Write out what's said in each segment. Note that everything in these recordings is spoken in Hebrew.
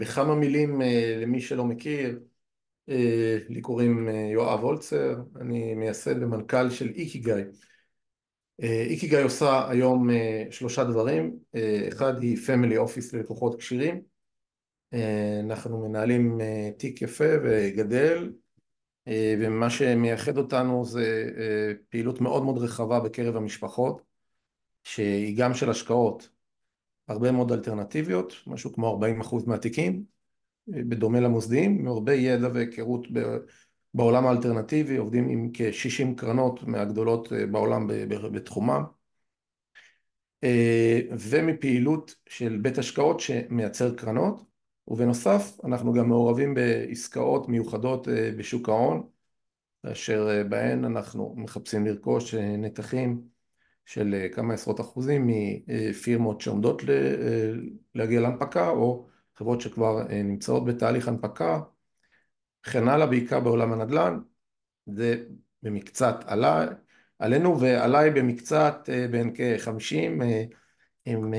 בכמה מילים למי שלא מכיר, לי קוראים יואב הולצר, אני מייסד ומנכ"ל של איקיגאי. איקיגאי עושה היום שלושה דברים. אחד היא פמילי אופיס ללקוחות כשירים. אנחנו מנהלים תיק יפה וגדל, ומה שמייחד אותנו זה פעילות מאוד מאוד רחבה בקרב המשפחות, שהיא גם של השקעות, הרבה מאוד אלטרנטיביות, משהו כמו 40% מהתיקים, בדומה למוסדיים, מהרבה ידע והיכרות בעולם האלטרנטיבי, עובדים עם כ-60 קרנות מהגדולות בעולם בתחומם, ומפעילות של בית השקעות שמייצר קרנות, ובנוסף אנחנו גם מעורבים בעסקאות מיוחדות בשוק ההון, אשר בהן אנחנו מחפשים לרכוש נתחים של כמה עשרות אחוזים מפירמות שעומדות להגיע להנפקה, או חברות שכבר נמצאות בתהליך הנפקה, וכן הלאה, בעיקר בעולם הנדל"ן. זה במקצת עלינו ועליי במקצת, בין כ-50 עם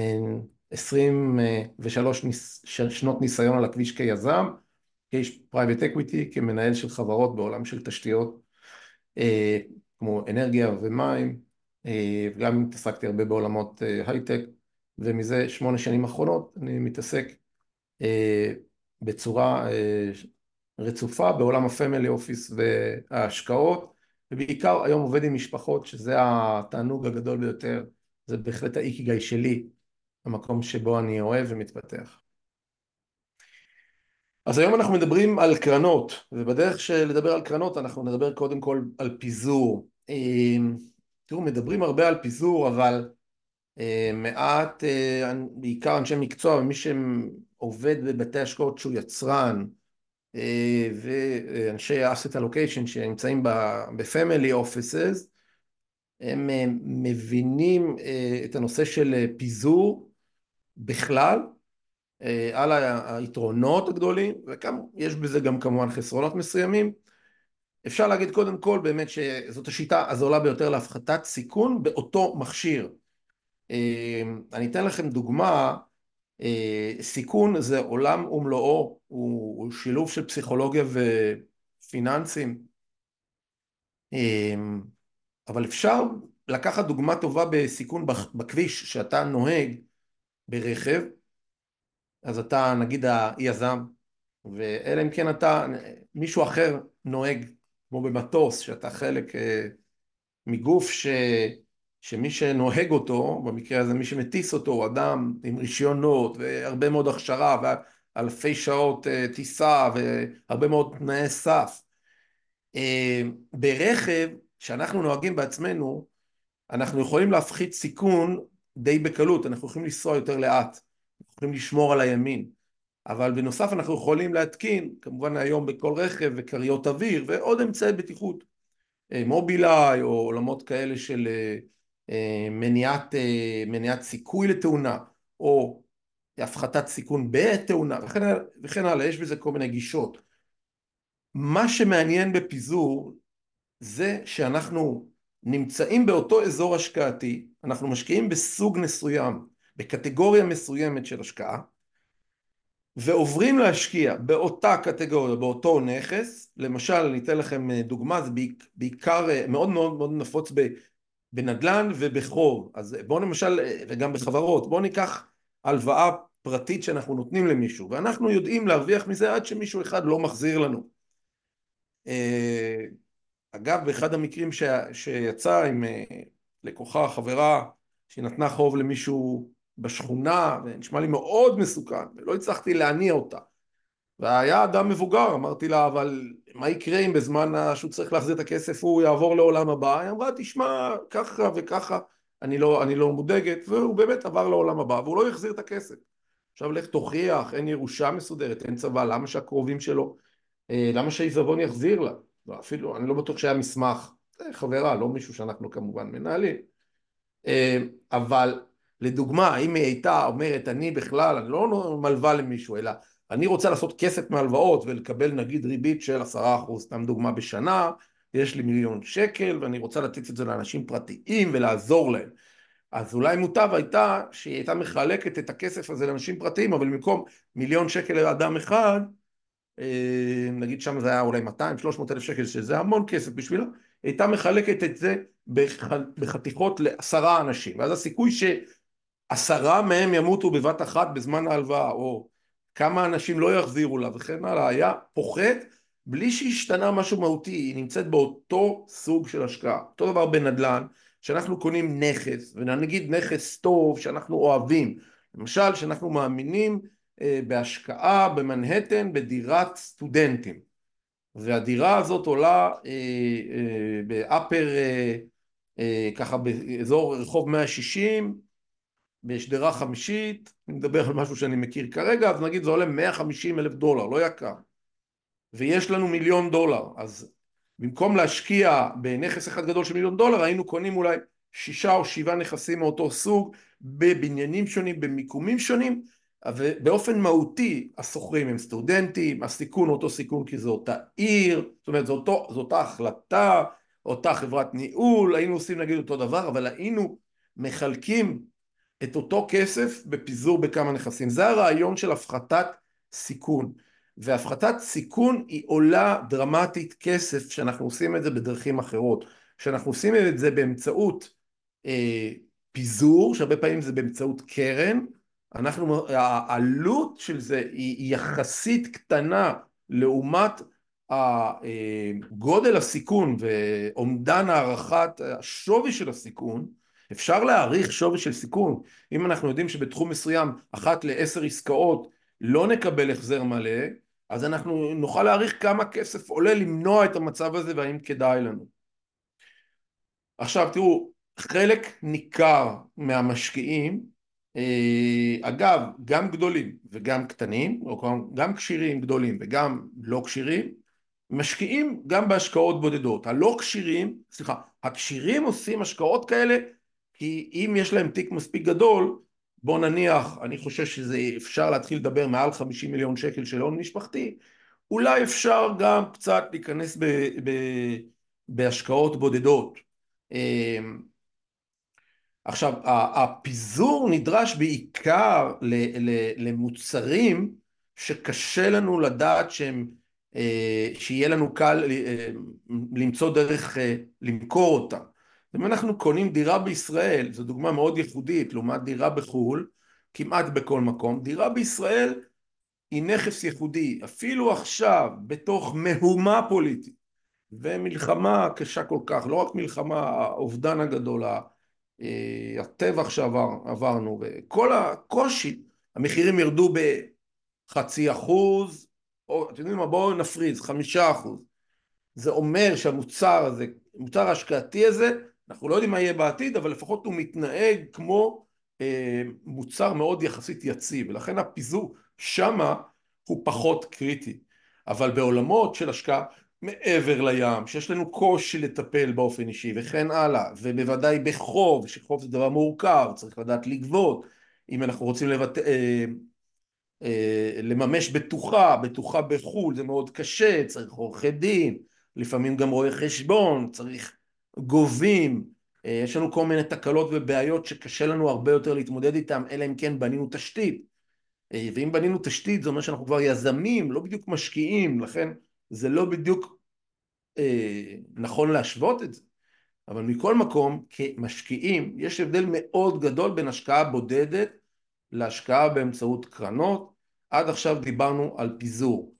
23 שנות ניסיון על הכביש כיזם, כאיש פרייבט אקוויטי, כמנהל של חברות בעולם של תשתיות כמו אנרגיה ומים, וגם התעסקתי הרבה בעולמות הייטק, ומזה 8 שנים אחרונות אני מתעסק בצורה רצופה בעולם הפמילי אופיס וההשקעות, ובעיקר היום עובד עם משפחות, שזה התענוג הגדול ביותר. זה בהחלט האיקיגאי שלי, המקום שבו אני אוהב ומתפתח. אז היום אנחנו מדברים על קרנות, ובדרך של לדבר על קרנות אנחנו נדבר קודם כל על פיזור. תראו, מדברים הרבה על פיזור, אבל מעט, בעיקר אנשי מקצוע ומי שעובד בבתי השקעות שהוא יצרן, ואנשי asset allocation שנמצאים ב-family offices, הם מבינים את הנושא של פיזור בכלל, על היתרונות הגדולים, ויש בזה גם כמובן חסרונות מסוימים. אפשר להגיד קודם כל באמת שזאת השיטה הזולה ביותר להפחתת סיכון באותו מכשיר. אני אתן לכם דוגמה. סיכון זה עולם ומלואו, הוא שילוב של פסיכולוגיה ופיננסים, אבל אפשר לקחת דוגמה טובה בסיכון בכביש. שאתה נוהג ברכב, אז אתה נגיד היזם, ואלא אם כן אתה, מישהו אחר נוהג, כמו במטוס, שאתה חלק מגוף שמי שנוהג אותו, במקרה הזה מי שמטיס אותו, הוא אדם עם רישיונות והרבה מאוד הכשרה ואלפי שעות טיסה והרבה מאוד תנאי סף. ברכב שאנחנו נוהגים בעצמנו, אנחנו יכולים להפחית סיכון די בקלות, אנחנו יכולים לנסוע יותר לאט, אנחנו יכולים לשמור על הימין, אבל בנוסף אנחנו יכולים להתקין, כמובן היום בכל רכב, וקריות אוויר ועוד אמצעי בטיחות, מובילאיי או עולמות כאלה של מניעת סיכוי לתאונה, או הפחתת סיכון בתאונה, וכן הלאה. יש בזה כל מיני גישות. מה שמעניין בפיזור זה שאנחנו נמצאים באותו אזור השקעתי, אנחנו משקיעים בסוג מסוים, בקטגוריה מסוימת של השקעה, ועוברים להשקיע באותה קטגוריה, באותו נכס. למשל, אני אתן לכם דוגמה, זה בעיקר מאוד מאוד מאוד נפוץ בנדל"ן ובחוב. אז בואו למשל, וגם בחברות, בואו ניקח הלוואה פרטית שאנחנו נותנים למישהו, ואנחנו יודעים להרוויח מזה עד שמישהו אחד לא מחזיר לנו. אגב, באחד המקרים שיצא עם לקוחה, חברה, שנתנה חוב למישהו בשכונה, ונשמע לי מאוד מסוכן, ולא הצלחתי להניע אותה. והיה אדם מבוגר, אמרתי לה, אבל מה יקרה אם בזמן שהוא צריך להחזיר את הכסף הוא יעבור לעולם הבא? היא אמרה, תשמע, ככה וככה, אני לא מודאגת, והוא באמת עבר לעולם הבא, והוא לא יחזיר את הכסף. עכשיו לך תוכיח, אין ירושה מסודרת, אין צבא, למה שהקרובים שלו, למה שהעיזבון יחזיר לה? אפילו, אני לא בטוח שהיה מסמך, זה חברה, לא מישהו שאנחנו כמובן מנהלים. אבל לדוגמה, אם היא הייתה אומרת, אני בכלל, אני לא מלווה למישהו, אלא אני רוצה לעשות כסף מהלוואות ולקבל נגיד ריבית של 10%, סתם דוגמה, בשנה, יש לי 1,000,000 שקל ואני רוצה לתת את זה לאנשים פרטיים ולעזור להם. אז אולי מוטב הייתה שהיא הייתה מחלקת את הכסף הזה לאנשים פרטיים, אבל במקום 1,000,000 שקל לאדם אחד, נגיד שם זה היה אולי 200-300 אלף שקל, שזה המון כסף בשבילה, הייתה מחלקת את זה בחתיכות ל10 אנשים, ואז הסיכוי ש10 מהם ימותו בבת אחת בזמן ההלוואה, או כמה אנשים לא יחזירו לה וכן הלאה, היה פוחת בלי שהשתנה משהו מהותי. היא נמצאת באותו סוג של השקעה. אותו דבר בנדל"ן, שאנחנו קונים נכס, ונגיד נכס טוב שאנחנו אוהבים, למשל שאנחנו מאמינים בהשקעה במנהטן בדירת סטודנטים, והדירה הזאת עולה באפר, ככה באזור רחוב 160, בשדרה חמישית, אני מדבר על משהו שאני מכיר כרגע, אז נגיד זה עולה 150,000 דולר, לא יקר, ויש לנו 1,000,000 דולר, אז במקום להשקיע בנכס אחד גדול של 1,000,000 דולר, היינו קונים אולי 6 או 7 נכסים מאותו סוג, בבניינים שונים, במיקומים שונים, ובאופן מהותי הסוחרים הם סטודנטים, הסיכון אותו סיכון כי זו אותה עיר, זאת אומרת זו אותה החלטה, אותה חברת ניהול, היינו עושים נגיד אותו דבר, אבל היינו מחלקים את אותו כסף בפיזור בכמה נכסים. זה הרעיון של הפחתת סיכון, והפחתת סיכון היא עולה דרמטית כסף שאנחנו עושים את זה בדרכים אחרות. שאנחנו עושים את זה באמצעות פיזור, שהרבה פעמים זה באמצעות קרן, העלות של זה היא יחסית קטנה לעומת גודל הסיכון ועומדן הערכת השווי של הסיכון. אפשר להעריך שווי של סיכון, אם אנחנו יודעים שבתחום מסוים 1 ל10 עסקאות לא נקבל החזר מלא, אז אנחנו נוכל להעריך כמה כסף עולה למנוע את המצב הזה והאם כדאי לנו. עכשיו תראו, חלק ניכר מהמשקיעים, אגב גם גדולים וגם קטנים, או גם קשירים גדולים וגם לא קשירים, משקיעים גם בהשקעות בודדות. הלא קשירים, סליחה, הקשירים עושים השקעות כאלה כי אם יש להם תיק מספיק גדול, בוא נניח, אני חושב שזה אפשר להתחיל לדבר מעל 50 מיליון שקל של הון משפחתי, אולי אפשר גם קצת להיכנס בהשקעות בודדות. עכשיו, הפיזור נדרש בעיקר למוצרים שקשה לנו לדעת שיהיה לנו קל למצוא דרך למכור אותם. אם אנחנו קונים דירה בישראל, זו דוגמה מאוד ייחודית, לעומת דירה בחו"ל, כמעט בכל מקום, דירה בישראל היא נכס ייחודי, אפילו עכשיו, בתוך מהומה פוליטית, ומלחמה קשה כל כך, לא רק מלחמה, האובדן הגדול, הטבח שעברנו, וכל הקושי, המחירים ירדו ב0.5%, או אתם יודעים מה, בואו נפריז, 5%. זה אומר שהמוצר הזה, המוצר ההשקעתי הזה, אנחנו לא יודעים מה יהיה בעתיד, אבל לפחות הוא מתנהג כמו מוצר מאוד יחסית יציב, ולכן הפיזור שמה הוא פחות קריטי. אבל בעולמות של השקעה מעבר לים, שיש לנו קושי לטפל באופן אישי וכן הלאה, ובוודאי בחוב, שחוב זה דבר מורכב, צריך לדעת לגבות, אם אנחנו רוצים לממש בטוחה בחו"ל זה מאוד קשה, צריך עורכי דין, לפעמים גם רואה חשבון, צריך גובים, יש לנו כל מיני תקלות ובעיות שקשה לנו הרבה יותר להתמודד איתם, אלא אם כן בנינו תשתית, ואם בנינו תשתית זה אומר שאנחנו כבר יזמים, לא בדיוק משקיעים, לכן זה לא בדיוק נכון להשוות את זה, אבל מכל מקום כמשקיעים יש הבדל מאוד גדול בין השקעה בודדת להשקעה באמצעות קרנות. עד עכשיו דיברנו על פיזור.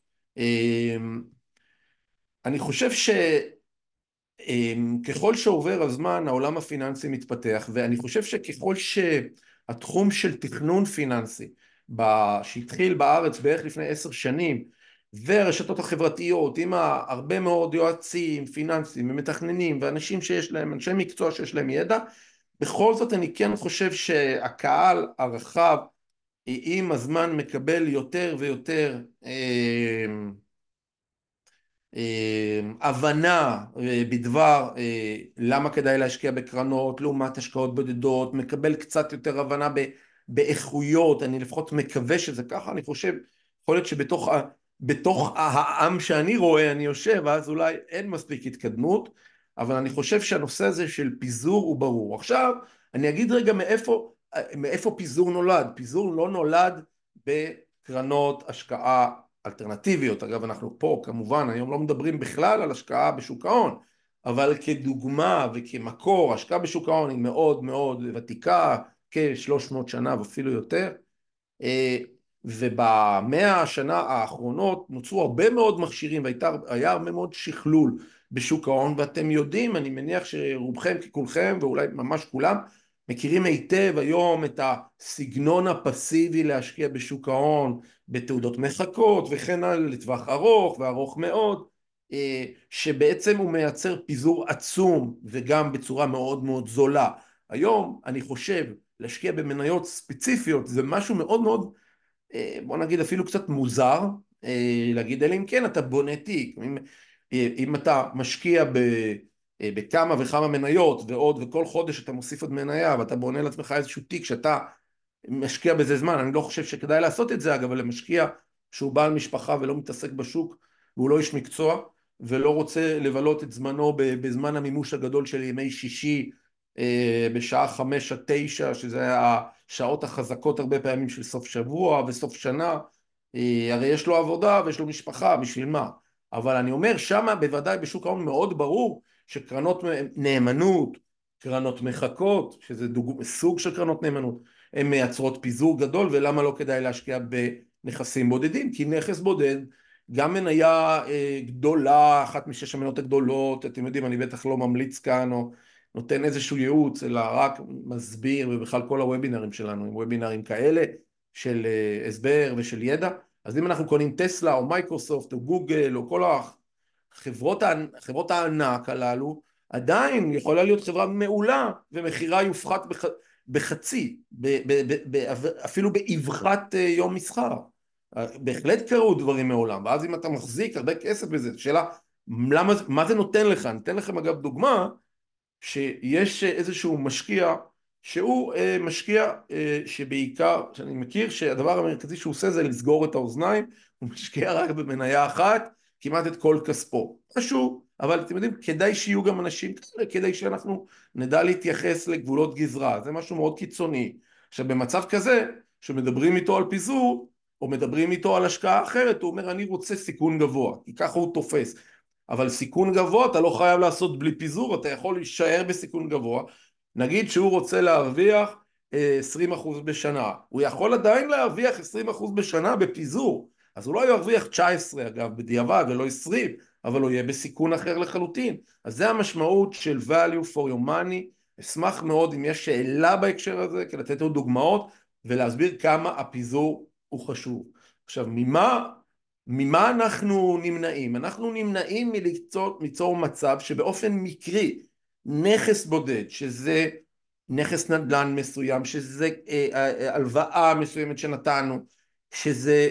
אני חושב שככל שעובר הזמן העולם הפיננסי מתפתח, ואני חושב שככל שהתחום של תכנון פיננסי שהתחיל בארץ בערך לפני 10 שנים, והרשתות החברתיות עם הרבה מאוד יועצים פיננסיים ומתכננים ואנשים שיש להם, אנשי מקצוע שיש להם ידע, בכל זאת אני כן חושב שהקהל הרחב עם הזמן מקבל יותר ויותר הבנה בדבר למה כדאי להשקיע בקרנות לעומת השקעות בודדות, מקבל קצת יותר הבנה באיכויות, אני לפחות מקווה שזה ככה, אני חושב, יכול להיות שבתוך העם שאני רואה אני יושב, אז אולי אין מספיק התקדמות, אבל אני חושב שהנושא הזה של פיזור הוא ברור. עכשיו אני אגיד רגע מאיפה פיזור נולד. פיזור לא נולד בקרנות השקעה אלטרנטיביות. אגב, אנחנו פה כמובן היום לא מדברים בכלל על השקעה בשוק ההון, אבל כדוגמה וכמקור, השקעה בשוק ההון היא מאוד מאוד ותיקה, כ-300 שנה ואפילו יותר. ובמאה השנה האחרונות נוצרו הרבה מאוד מכשירים והיה הרבה מאוד שכלול בשוק ההון, ואתם יודעים, אני מניח שרובכם ככולכם ואולי ממש כולם מכירים היטב היום את הסגנון הפסיבי להשקיע בשוק ההון, בתעודות מחכות וכן הלאה, לטווח ארוך וארוך מאוד, שבעצם הוא מייצר פיזור עצום וגם בצורה מאוד מאוד זולה. היום אני חושב להשקיע במניות ספציפיות זה משהו מאוד מאוד, בוא נגיד אפילו קצת מוזר, להגיד, אלא אם כן אתה בונה תיק. אם אתה משקיע בכמה וכמה מניות ועוד, וכל חודש אתה מוסיף עוד מניה ואתה בונה לעצמך איזשהו תיק שאתה משקיע בזה זמן, אני לא חושב שכדאי לעשות את זה אגב, אבל למשקיע שהוא בעל משפחה ולא מתעסק בשוק והוא לא איש מקצוע ולא רוצה לבלות את זמנו בזמן המימוש הגדול של ימי שישי בשעה 5 עד 9, שזה השעות החזקות הרבה פעמים של סוף שבוע וסוף שנה, הרי יש לו עבודה ויש לו משפחה, בשביל מה? אבל אני אומר, שמה בוודאי בשוק ההון מאוד ברור שקרנות נאמנות, קרנות מחכות, שזה סוג של קרנות נאמנות, הן מייצרות פיזור גדול, ולמה לא כדאי להשקיע בנכסים בודדים? כי נכס בודד, גם מניה גדולה, אחת משש המניות הגדולות, אתם יודעים, אני בטח לא ממליץ כאן או נותן איזשהו ייעוץ, אלא רק מסביר, ובכלל כל הוובינרים שלנו הם וובינרים כאלה של הסבר ושל ידע. אז אם אנחנו קונים טסלה או מייקרוסופט או גוגל או כל חברות הענק הללו, עדיין יכולה להיות חברה מעולה ומחירה יופחת בחצי, אפילו באבחת יום מסחר. בהחלט קרו דברים מעולם, ואז אם אתה מחזיק הרבה כסף בזה, שאלה מה זה נותן לך? ניתן לכם אגב דוגמה, שיש איזשהו משקיע שהוא משקיע שבעיקר, שאני מכיר שהדבר המרכזי שהוא עושה זה לסגור את האוזניים, הוא משקיע רק במניה אחת כמעט את כל כספו, משהו, אבל אתם יודעים, כדאי שיהיו גם אנשים כאלה, כדאי שאנחנו נדע להתייחס לגבולות גזרה, זה משהו מאוד קיצוני. עכשיו במצב כזה שמדברים איתו על פיזור או מדברים איתו על השקעה אחרת, הוא אומר אני רוצה סיכון גבוה, כי ככה הוא תופס. אבל סיכון גבוה אתה לא חייב לעשות בלי פיזור, אתה יכול להישאר בסיכון גבוה. נגיד שהוא רוצה להרוויח 20% בשנה, הוא יכול עדיין להרוויח 20% בשנה בפיזור, אז הוא לא ירוויח 19 אגב בדיעבד ולא 20, אבל הוא יהיה בסיכון אחר לחלוטין. אז זה המשמעות של value for your money. אשמח מאוד אם יש שאלה בהקשר הזה, כדי לתת עוד דוגמאות ולהסביר כמה הפיזור הוא חשוב. עכשיו ממה אנחנו נמנעים? אנחנו נמנעים ליצור מצב שבאופן מקרי נכס בודד, שזה נכס נדל"ן מסוים, שזה הלוואה מסוימת שנתנו, שזה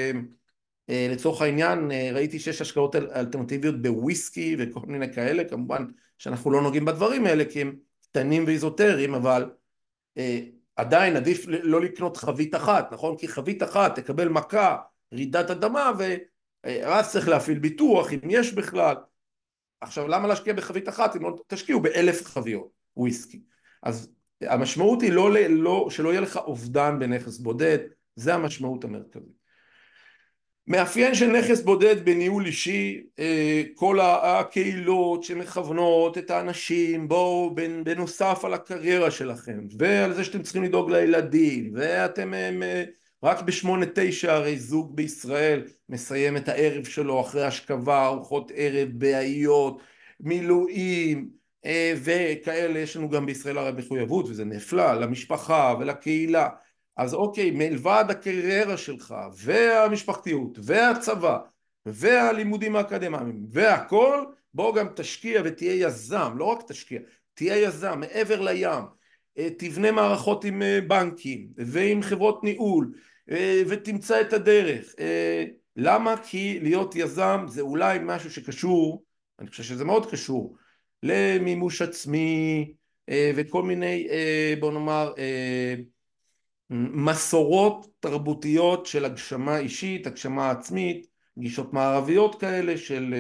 לצורך העניין ראיתי שיש השקעות אלטרנטיביות בוויסקי וכל מיני כאלה, כמובן שאנחנו לא נוגעים בדברים האלה כי הם קטנים ואיזוטריים, אבל עדיין עדיף לא לקנות חבית אחת, נכון? כי חבית אחת תקבל מכה, רעידת אדמה, ואז צריך להפעיל ביטוח אם יש בכלל. עכשיו למה להשקיע בחבית אחת אם לא תשקיעו ב1,000 חביות וויסקי? אז המשמעות היא שלא יהיה לך אובדן בנכס בודד, זה המשמעות המרכזית. מאפיין של נכס בודד בניהול אישי, כל הקהילות שמכוונות את האנשים, בואו בנוסף על הקריירה שלכם ועל זה שאתם צריכים לדאוג לילדים, ואתם רק ב8-9 הרי זוג בישראל מסיים את הערב שלו אחרי השכבה, ארוחות ערב, בעיות, מילואים וכאלה, יש לנו גם בישראל הרי מחויבות וזה נפלא למשפחה ולקהילה. אז אוקיי, מלבד הקריירה שלך והמשפחתיות והצבא והלימודים האקדמיים והכל, בוא גם תשקיע ותהיה יזם, לא רק תשקיע, תהיה יזם מעבר לים, תבנה מערכות עם בנקים ועם חברות ניהול ותמצא את הדרך. למה? כי להיות יזם זה אולי משהו שקשור, אני חושב שזה מאוד קשור, למימוש עצמי וכל מיני, בוא נאמר, מסורות תרבותיות של הגשמה אישית, הגשמה עצמית, גישות מערביות כאלה של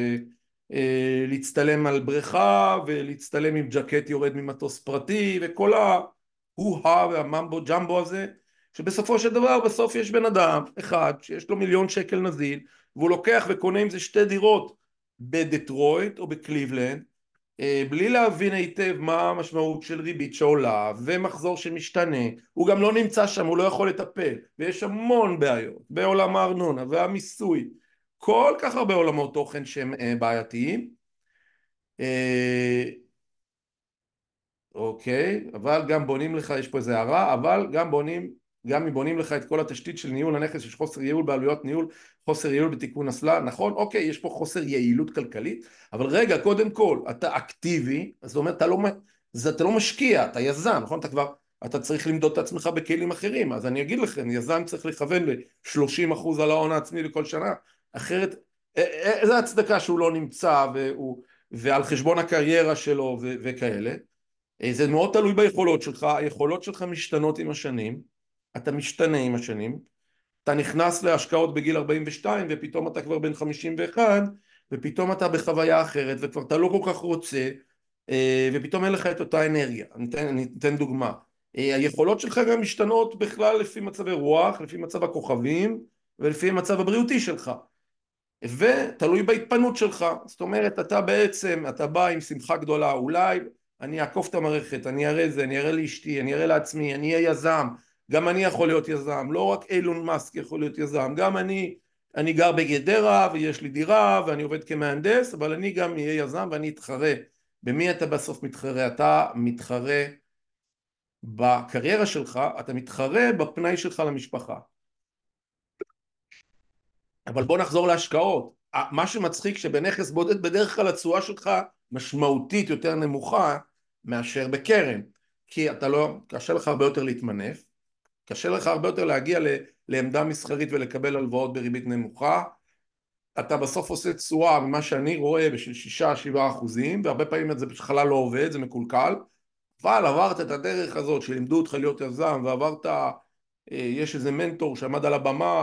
להצטלם על בריכה ולהצטלם עם ג'קט יורד ממטוס פרטי וכל ההוא-הא והממבו ג'מבו הזה, שבסופו של דבר בסוף יש בן אדם אחד שיש לו 1,000,000 שקל נזיל, והוא לוקח וקונה עם זה 2 דירות בדטרויט או בקליבלנד, בלי להבין היטב מה המשמעות של ריבית שעולה ומחזור שמשתנה. הוא גם לא נמצא שם, הוא לא יכול לטפל, ויש המון בעיות בעולם הארנונה והמיסוי, כל כך הרבה עולמות תוכן שהם בעייתיים. אוקיי, אבל גם בונים לך, יש פה איזה הערה, אבל גם אם בונים לך את כל התשתית של ניהול הנכס, יש חוסר ייעול בעלויות ניהול, חוסר ייעול בתיקון אסלה, נכון, אוקיי, יש פה חוסר יעילות כלכלית, אבל רגע, קודם כל, אתה אקטיבי, זאת אומרת, אתה לא משקיע, אתה יזם, נכון, אתה צריך למדוד את עצמך בכלים אחרים, אז אני אגיד לכם, יזם צריך לכוון ל-30% על ההון העצמי לכל שנה, אחרת, איזה הצדקה שהוא לא נמצא, ועל חשבון הקריירה שלו וכאלה. זה מאוד תלוי ביכולות שלך, היכולות שלך משתנות עם השנים, אתה משתנה עם השנים, אתה נכנס להשקעות בגיל 42 ופתאום אתה כבר בן 51 ופתאום אתה בחוויה אחרת וכבר אתה לא כל כך רוצה ופתאום אין לך את אותה אנרגיה. אני אתן דוגמה, היכולות שלך גם משתנות בכלל לפי מצבי רוח, לפי מצב הכוכבים ולפי המצב הבריאותי שלך, ותלוי בהתפנות שלך. זאת אומרת, אתה בא עם שמחה גדולה, אולי אני אעקוף את המערכת, אני אראה זה, אני אראה לאשתי, אני אראה לעצמי, אני אהיה יזם, גם אני יכול להיות יזם, לא רק אילון מאסק יכול להיות יזם, גם אני גר בגדרה ויש לי דירה ואני עובד כמהנדס, אבל אני גם אהיה יזם ואני אתחרה. במי אתה בסוף מתחרה? אתה מתחרה בקריירה שלך, אתה מתחרה בפנאי שלך למשפחה. אבל בוא נחזור להשקעות. מה שמצחיק שבנכס בודד בדרך כלל התשואה שלך משמעותית יותר נמוכה מאשר בקרן, כי קשה לך הרבה יותר להתמנף, קשה לך הרבה יותר להגיע לעמדה מסחרית ולקבל הלוואות בריבית נמוכה, אתה בסוף עושה תשואה ממה שאני רואה בשביל 6-7%, והרבה פעמים זה בכלל לא עובד, זה מקולקל, אבל עברת את הדרך הזאת שלימדו אותך להיות יזם, ועברת, יש איזה מנטור שעמד על הבמה,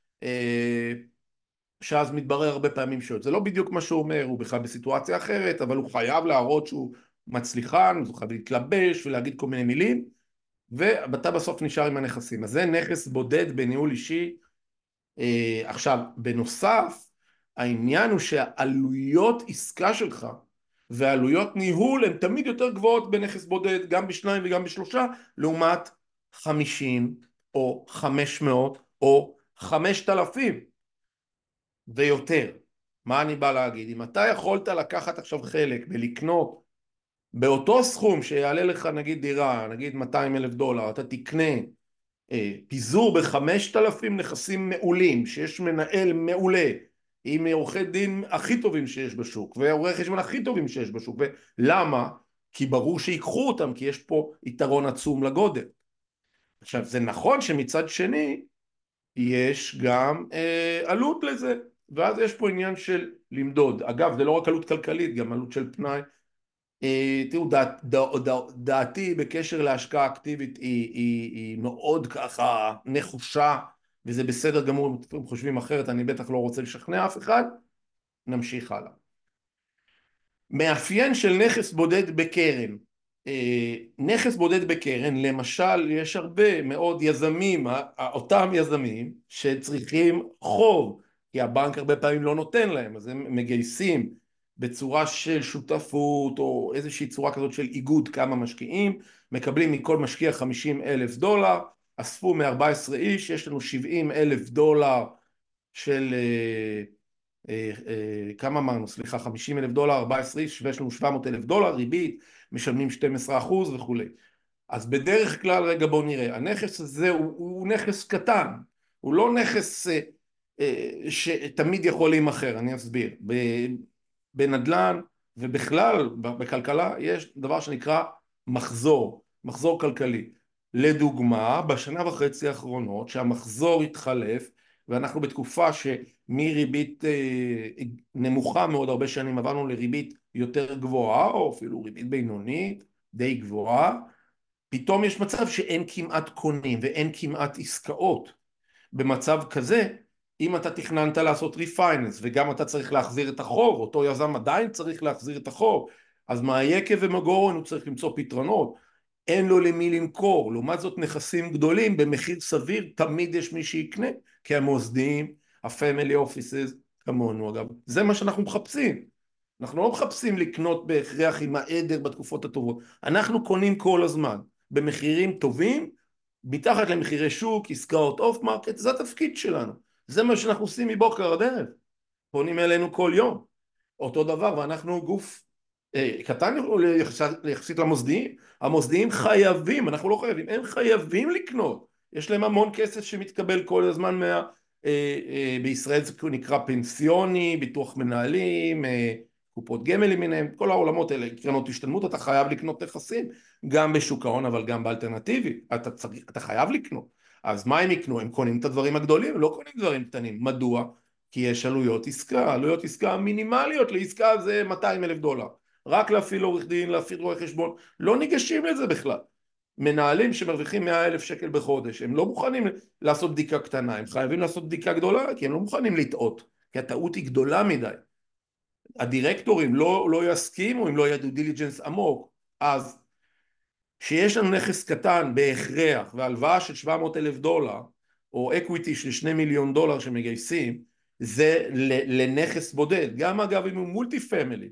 שאז מתברר הרבה פעמים זה לא בדיוק מה שהוא אומר, הוא בכלל בסיטואציה אחרת, אבל הוא חייב להראות שהוא מצליחן, הוא חייב להתלבש ולהגיד כל מיני מילים, ואתה בסוף נשאר עם הנכסים. אז זה נכס בודד בניהול אישי. עכשיו, בנוסף, העניין הוא שהעלויות עסקה שלך ועלויות ניהול הן תמיד יותר גבוהות בנכס בודד, גם בשניים וגם בשלושה, לעומת 50 או 500 או 5,000 ויותר. מה אני בא להגיד? אם אתה יכולת לקחת עכשיו חלק ולקנות באותו סכום שיעלה לך נגיד דירה, נגיד 200,000 דולר, אתה תקנה פיזור ב5,000 נכסים מעולים, שיש מנהל מעולה, עם עורכי דין הכי טובים שיש בשוק, ועורכי חשבון הכי טובים שיש בשוק. ולמה? כי ברור שיקחו אותם, כי יש פה יתרון עצום לגודל. עכשיו, זה נכון שמצד שני, יש גם עלות לזה, ואז יש פה עניין של למדוד. אגב, זה לא רק עלות כלכלית, גם עלות של פנאי. תראו, דעתי בקשר להשקעה אקטיבית היא מאוד ככה נחושה, וזה בסדר גמור. אם אתם חושבים אחרת, אני בטח לא רוצה לשכנע אף אחד. נמשיך הלאה. מאפיין של נכס בודד בקרן. נכס בודד בקרן, למשל, יש הרבה מאוד יזמים, אותם יזמים שצריכים חוב, כי הבנק הרבה פעמים לא נותן להם, אז הם מגייסים בצורה של שותפות או איזושהי צורה כזאת של איגוד כמה משקיעים, מקבלים מכל משקיע 50,000 דולר, אספו מ-14 איש, יש לנו 70,000 דולר של כמה אמרנו? סליחה, 50,000 דולר, 14 איש, ויש לנו 700,000 דולר, ריבית, משלמים 12% וכו'. אז בדרך כלל, רגע בואו נראה, הנכס הזה הוא נכס קטן, הוא לא נכס שתמיד יכול להימכר, אני אסביר. בנדל"ן ובכלל בכלכלה יש דבר שנקרא מחזור כלכלי. לדוגמה, בשנה וחצי האחרונות שהמחזור התחלף, ואנחנו בתקופה שמריבית נמוכה מאוד הרבה שנים עברנו לריבית יותר גבוהה, או אפילו ריבית בינונית די גבוהה, פתאום יש מצב שאין כמעט קונים ואין כמעט עסקאות. במצב כזה, אם אתה תכננת לעשות ריפייננס וגם אתה צריך להחזיר את החוב, אותו יזם עדיין צריך להחזיר את החוב, אז מה יקב ומגורן הוא צריך למצוא פתרונות. אין לו למי למכור. לעומת זאת נכסים גדולים במחיר סביר תמיד יש מי שיקנה, כי המוסדיים, הפמילי אופיסס, כמונו אגב, זה מה שאנחנו מחפשים. אנחנו לא מחפשים לקנות בהכרח עם העדר בתקופות הטובות, אנחנו קונים כל הזמן במחירים טובים, מתחת למחירי שוק, עסקאות אוף מרקט, זה התפקיד שלנו, זה מה שאנחנו עושים מבוקר עד ערב, פונים אלינו כל יום, אותו דבר, ואנחנו גוף קטן יחסית למוסדיים, המוסדיים חייבים, אנחנו לא חייבים, הם חייבים לקנות, יש להם המון כסף שמתקבל כל הזמן בישראל זה נקרא פנסיוני, ביטוח מנהלים, קופות גמל למיניהם, כל העולמות האלה, קרנות השתלמות, אתה חייב לקנות נכסים, גם בשוק ההון אבל גם באלטרנטיבי, אתה חייב לקנות, אז מה הם יקנו? הם קונים את הדברים הגדולים, הם לא קונים דברים קטנים, מדוע? כי יש עלויות עסקה, עלויות עסקה מינימליות לעסקה זה 200,000 דולר, רק להפעיל עורך דין, להפעיל רואה חשבון, לא ניגשים לזה בכלל. מנהלים שמרוויחים 100,000 שקל בחודש, הם לא מוכנים לעשות בדיקה קטנה, הם חייבים לעשות בדיקה גדולה, כי הם לא מוכנים לטעות, כי הטעות היא גדולה מדי. הדירקטורים לא יסכימו אם לא יהיה דו דיליג'נס עמוק, אז שיש לנו נכס קטן בהכרח, והלוואה של 700,000 דולר, או אקוויטי של 2 מיליון דולר שמגייסים, זה לנכס בודד, גם אגב אם הוא מולטי פמילי,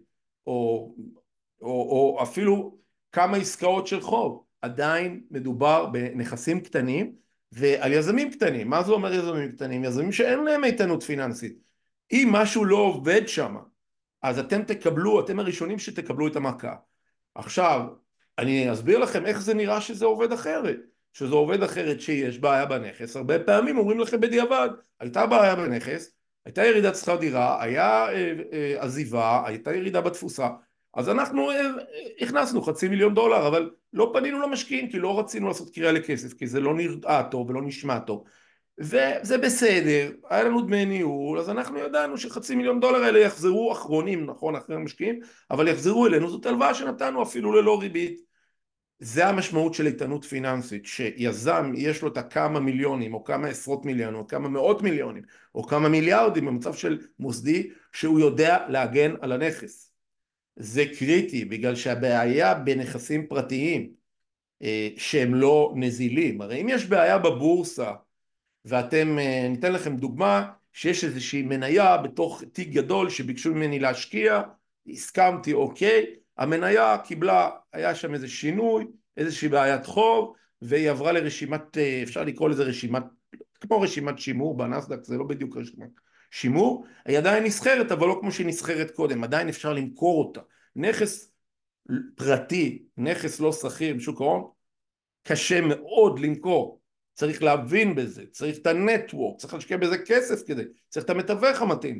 או אפילו כמה עסקאות של חוב, עדיין מדובר בנכסים קטנים ועל יזמים קטנים. מה זה אומר יזמים קטנים? יזמים שאין להם איתנות פיננסית. אם משהו לא עובד שם, אז אתם הראשונים שתקבלו את המכה. עכשיו, אני אסביר לכם איך זה נראה שזה עובד אחרת. שזה עובד אחרת שיש בעיה בנכס. הרבה פעמים אומרים לכם בדיעבד, הייתה בעיה בנכס, הייתה ירידת שכר דירה, היה עזיבה, הייתה ירידה בתפוסה, אז אנחנו הכנסנו $500,000, אבל לא פנינו למשקיעים, כי לא רצינו לעשות קריאה לכסף, כי זה לא נראה טוב ולא נשמע טוב. וזה בסדר, היה לנו דמי ניהול, אז אנחנו ידענו ש$500,000 האלה יחזרו אחרונים, נכון, אחרי המשקיעים, אבל יחזרו אלינו, זאת הלוואה שנתנו אפילו ללא ריבית. זה המשמעות של איתנות פיננסית, שיזם יש לו את הכמה מיליונים, או כמה עשרות מיליונים, או כמה מאות מיליונים, או כמה מיליארדים במצב של מוסדי, שהוא יודע להגן על הנכס. זה קריטי, בגלל שהבעיה בנכסים פרטיים, שהם לא נזילים, הרי אם יש בעיה בבורסה, ואתם, ניתן לכם דוגמה, שיש איזושהי מניה בתוך תיק גדול שביקשו ממני להשקיע, הסכמתי אוקיי, המניה קיבלה, היה שם איזה שינוי, איזושהי בעיית חוב, והיא עברה לרשימת, אפשר לקרוא לזה רשימת, כמו רשימת שימור בנסדק, זה לא בדיוק רשימת שימור, היא עדיין נסחרת, אבל לא כמו שהיא נסחרת קודם, עדיין אפשר למכור אותה. נכס פרטי, נכס לא סחיר בשוק ההון, קשה מאוד למכור, צריך להבין בזה, צריך את הנטוורק, צריך להשקיע בזה כסף כדי, צריך את המתווך המתאים,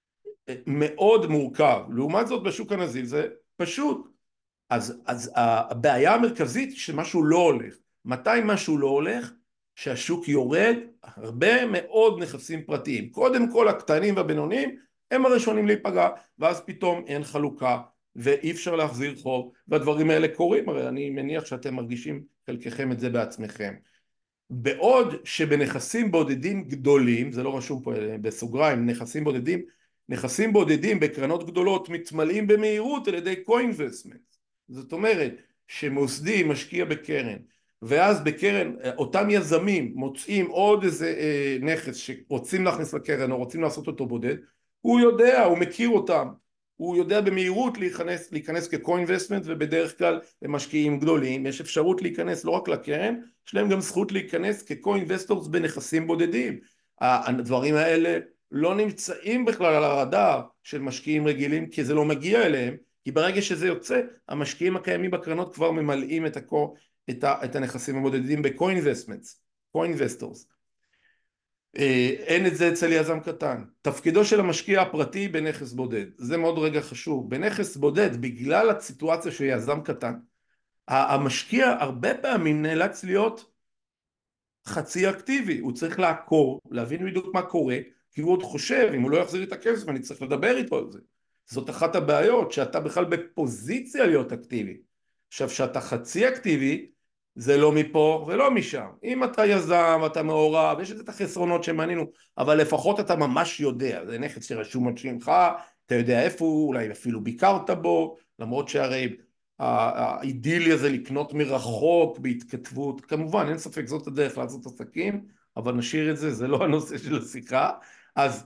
מאוד מורכב. לעומת זאת בשוק הנזיל זה פשוט. אז הבעיה המרכזית שמשהו לא הולך. מתי משהו לא הולך? שהשוק יורד, הרבה מאוד נכסים פרטיים, קודם כל הקטנים והבינוניים הם הראשונים להיפגע, ואז פתאום אין חלוקה ואי אפשר להחזיר חוב, והדברים האלה קורים, הרי אני מניח שאתם מרגישים חלקכם את זה בעצמכם. בעוד שבנכסים בודדים גדולים, זה לא רשום פה בסוגריים, נכסים בודדים בקרנות גדולות מתמלאים במהירות על ידי co-investment. זאת אומרת שמוסדי משקיע בקרן, ואז בקרן אותם יזמים מוצאים עוד איזה נכס שרוצים להכניס לקרן או רוצים לעשות אותו בודד, הוא יודע, הוא מכיר אותם, הוא יודע במהירות להיכנס כ-co-investment, ובדרך כלל למשקיעים גדולים יש אפשרות להיכנס לא רק לקרן, יש להם גם זכות להיכנס כ-co-investors בנכסים בודדים. הדברים האלה לא נמצאים בכלל על הרדאר של משקיעים רגילים, כי זה לא מגיע אליהם, כי ברגע שזה יוצא, המשקיעים הקיימים בקרנות כבר ממלאים את הנכסים הבודדים ב-co-investments, co-investors. אין את זה אצל יזם קטן. תפקידו של המשקיע הפרטי בנכס בודד, זה מאוד רגע חשוב, בנכס בודד, בגלל הסיטואציה של יזם קטן, המשקיע הרבה פעמים נאלץ להיות חצי אקטיבי, הוא צריך לעקור, להבין בדיוק מה קורה, כי הוא עוד חושב, אם הוא לא יחזיר את הכסף, אני צריך לדבר איתו על זה. זאת אחת הבעיות, שאתה בכלל בפוזיציה להיות אקטיבי. עכשיו, שאתה חצי אקטיבי, זה לא מפה ולא משם. אם אתה יזם, אתה מעורב, יש את החסרונות שמענינו, אבל לפחות אתה ממש יודע, זה נכס שרשום על שמך, אתה יודע איפה הוא, אולי אפילו ביקרת בו, למרות שהרי האידילי הזה לקנות מרחוק בהתכתבות, כמובן אין ספק זאת הדרך לעשות עסקים, אבל נשאיר את זה, זה לא הנושא של השיחה. אז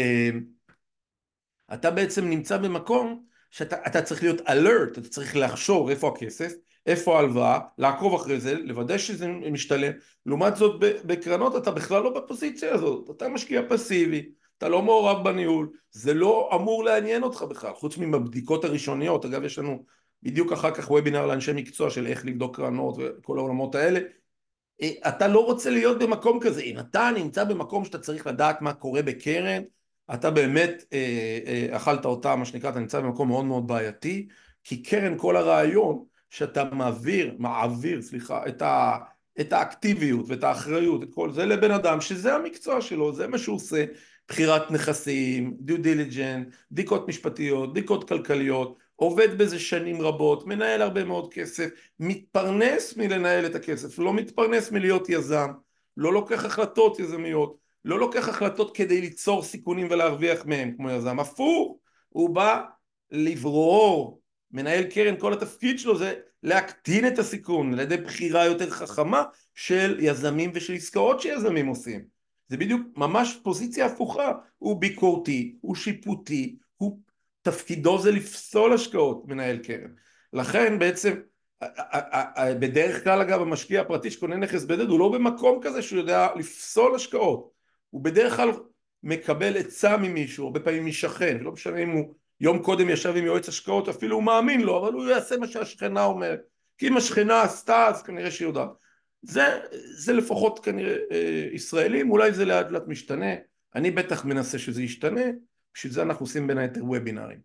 אתה בעצם נמצא במקום שאתה צריך להיות alert, אתה צריך לחשוב איפה הכסף, איפה ההלוואה, לעקוב אחרי זה, לוודא שזה משתלם. לעומת זאת בקרנות אתה בכלל לא בפוזיציה הזאת, אתה משקיע פסיבי, אתה לא מעורב בניהול, זה לא אמור לעניין אותך בכלל, חוץ מבדיקות הראשוניות. אגב, יש לנו בדיוק אחר כך וובינר לאנשי מקצוע של איך לבדוק קרנות וכל העולמות האלה. אתה לא רוצה להיות במקום כזה. אם אתה נמצא במקום שאתה צריך לדעת מה קורה בקרן, אתה באמת אכלת אותה, מה שנקרא, אתה נמצא במקום מאוד מאוד בעייתי, כי קרן, כל הרעיון שאתה מעביר, סליחה, את האקטיביות ואת האחריות, את כל זה לבן אדם שזה המקצוע שלו, זה מה שהוא עושה, בחירת נכסים, דיו דיליג'נט, בדיקות משפטיות, בדיקות כלכליות, עובד בזה שנים רבות, מנהל הרבה מאוד כסף, מתפרנס מלנהל את הכסף, לא מתפרנס מלהיות יזם, לא לוקח החלטות יזמיות, לא לוקח החלטות כדי ליצור סיכונים ולהרוויח מהם כמו יזם, הפוך, הוא בא לברור. מנהל קרן, כל התפקיד שלו זה להקטין את הסיכון על ידי בחירה יותר חכמה של יזמים ושל עסקאות שיזמים עושים. זה בדיוק ממש פוזיציה הפוכה, הוא ביקורתי, הוא שיפוטי, תפקידו זה לפסול השקעות, מנהל קרן. לכן בעצם בדרך כלל, אגב, המשקיע הפרטי שקונה נכס בודד הוא לא במקום כזה שהוא יודע לפסול השקעות, הוא בדרך כלל מקבל עצה ממישהו, הרבה פעמים משכן, ולא משנה אם הוא יום קודם ישב עם יועץ השקעות, אפילו הוא מאמין לו, אבל הוא יעשה מה שהשכנה אומרת, כי אם השכנה עשתה אז כנראה שהיא יודעת. זה לפחות כנראה ישראלים, אולי זה לאט לאט משתנה, אני בטח מנסה שזה ישתנה, בשביל זה אנחנו עושים בין היתר וובינרים.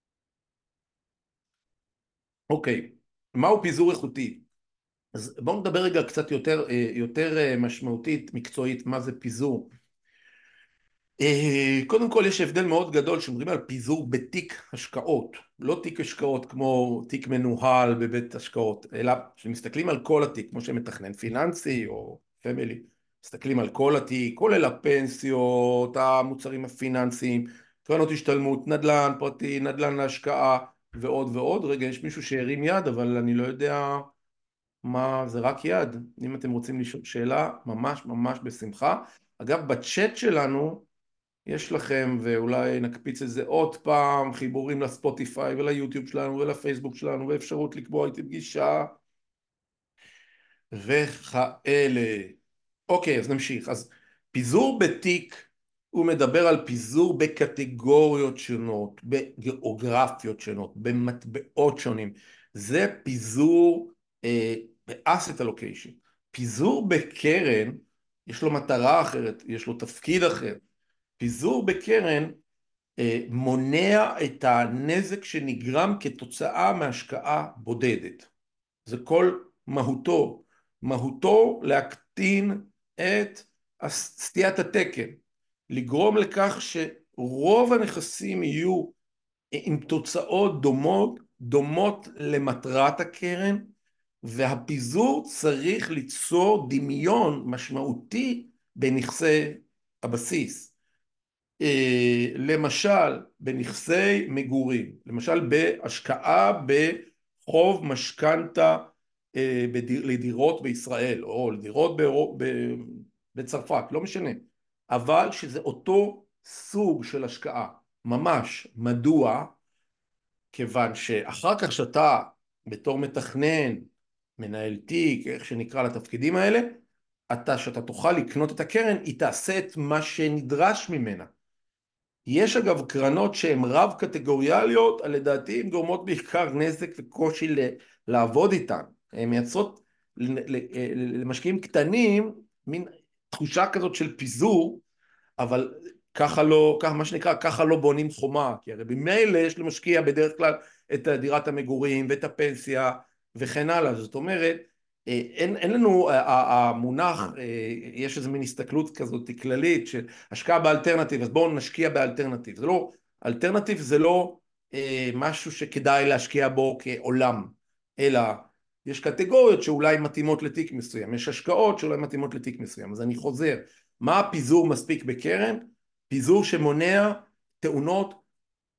אוקיי, מהו פיזור איכותי? אז בואו נדבר רגע קצת יותר משמעותית, מקצועית, מה זה פיזור. קודם כל יש הבדל מאוד גדול שמדברים על פיזור בתיק השקעות, לא תיק השקעות כמו תיק מנוהל בבית השקעות, אלא שמסתכלים על כל התיק, כמו שמתכנן פיננסי או פמילי, מסתכלים על כל התיק, כולל הפנסיות, המוצרים הפיננסיים, קרנות השתלמות, נדל"ן פרטי, נדל"ן להשקעה ועוד ועוד. רגע, יש מישהו שהרים יד, אבל אני לא יודע מה, זה רק יד. אם אתם רוצים לשאול שאלה, ממש ממש בשמחה. אגב, בצ'אט שלנו יש לכם, ואולי נקפיץ את זה עוד פעם, חיבורים לספוטיפיי וליוטיוב שלנו ולפייסבוק שלנו, ואפשרות לקבוע איתי פגישה וכאלה. אוקיי, אז נמשיך. אז פיזור בתיק, הוא מדבר על פיזור בקטגוריות שונות, בגיאוגרפיות שונות, במטבעות שונים. זה פיזור ב-asset allocation. פיזור בקרן, יש לו מטרה אחרת, יש לו תפקיד אחר. פיזור בקרן מונע את הנזק שנגרם כתוצאה מהשקעה בודדת. זה כל מהותו. מהותו להקטין את סטיית התקן, לגרום לכך שרוב הנכסים יהיו עם תוצאות דומות למטרת הקרן, והפיזור צריך ליצור דמיון משמעותי בנכסי הבסיס. למשל בנכסי מגורים, למשל בהשקעה בחוב משכנתה לדירות בישראל או לדירות בצרפת, לא משנה, אבל שזה אותו סוג של השקעה ממש. מדוע? כיוון שאחר כך שאתה בתור מתכנן, מנהל תיק, איך שנקרא לתפקידים האלה, שאתה תוכל לקנות את הקרן, היא תעשה את מה שנדרש ממנה. יש אגב קרנות שהן רב קטגוריאליות, לדעתי הן גורמות בעיקר נזק וקושי לעבוד איתן. הן מייצרות למשקיעים קטנים מין תחושה כזאת של פיזור, אבל ככה לא, מה שנקרא, ככה לא בונים חומה, כי הרי במילא יש למשקיע בדרך כלל את דירת המגורים ואת הפנסיה וכן הלאה. זאת אומרת, אין לנו המונח, יש איזו מין הסתכלות כזאת כללית של השקעה באלטרנטיב, אז בואו נשקיע באלטרנטיב. זה לא, אלטרנטיב זה לא משהו שכדאי להשקיע בו כעולם, אלא יש קטגוריות שאולי מתאימות לתיק מסוים, יש השקעות שאולי מתאימות לתיק מסוים. אז אני חוזר, מה הפיזור מספיק בקרן? פיזור שמונע תאונות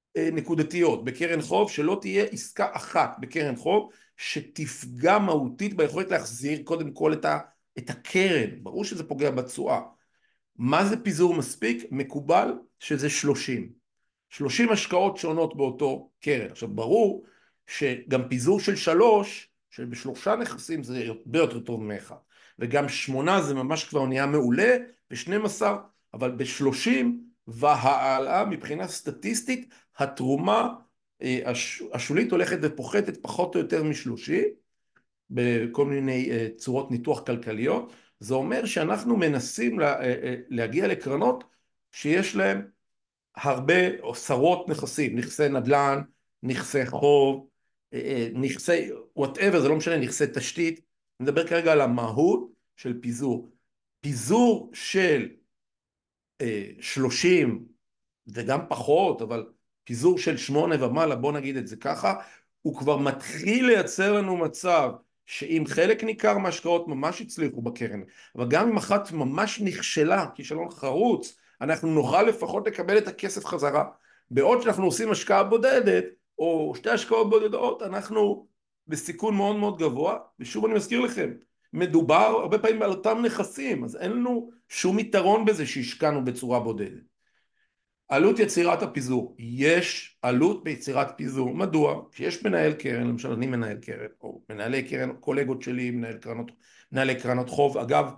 נקודתיות בקרן חוב, שלא תהיה עסקה אחת בקרן חוב שתפגע מהותית ביכולת להחזיר קודם כל את הקרן. ברור שזה פוגע בתשואה. מה זה פיזור מספיק? מקובל שזה 30 השקעות שונות באותו קרן. עכשיו ברור שגם פיזור של 3, שבשלושה נכסים זה הרבה יותר טוב מאחד, וגם 8 זה ממש כבר נהיה מעולה, ב-12, אבל ב-30 והעלה מבחינה סטטיסטית התרומה השולית הולכת ופוחתת פחות או יותר מ-30 בכל מיני צורות ניתוח כלכליות. זה אומר שאנחנו מנסים להגיע לקרנות שיש להם הרבה או עשרות נכסים, נכסי נדל"ן, נכסי חוב, נכסי whatever, זה לא משנה, נכסי תשתית. אני מדבר כרגע על המהות של פיזור. פיזור של 30 וגם פחות, אבל פיזור של 8 ומעלה, בוא נגיד את זה ככה, הוא כבר מתחיל לייצר לנו מצב שאם חלק ניכר מהשקעות ממש הצליחו בקרן, אבל גם אם אחת ממש נכשלה, כישלון חרוץ, אנחנו נוכל לפחות לקבל את הכסף חזרה. בעוד שאנחנו עושים השקעה בודדת, או שתי השקעות בודדות, אנחנו בסיכון מאוד מאוד גבוה, ושוב אני מזכיר לכם, מדובר הרבה פעמים על אותם נכסים, אז אין לנו שום יתרון בזה שהשקענו בצורה בודדת. עלות יצירת הפיזור, יש עלות ביצירת פיזור. מדוע? כשיש מנהל קרן, למשל אני מנהל קרן, או מנהלי קרן, קולגות שלי, מנהלי קרנות חוב, אגב,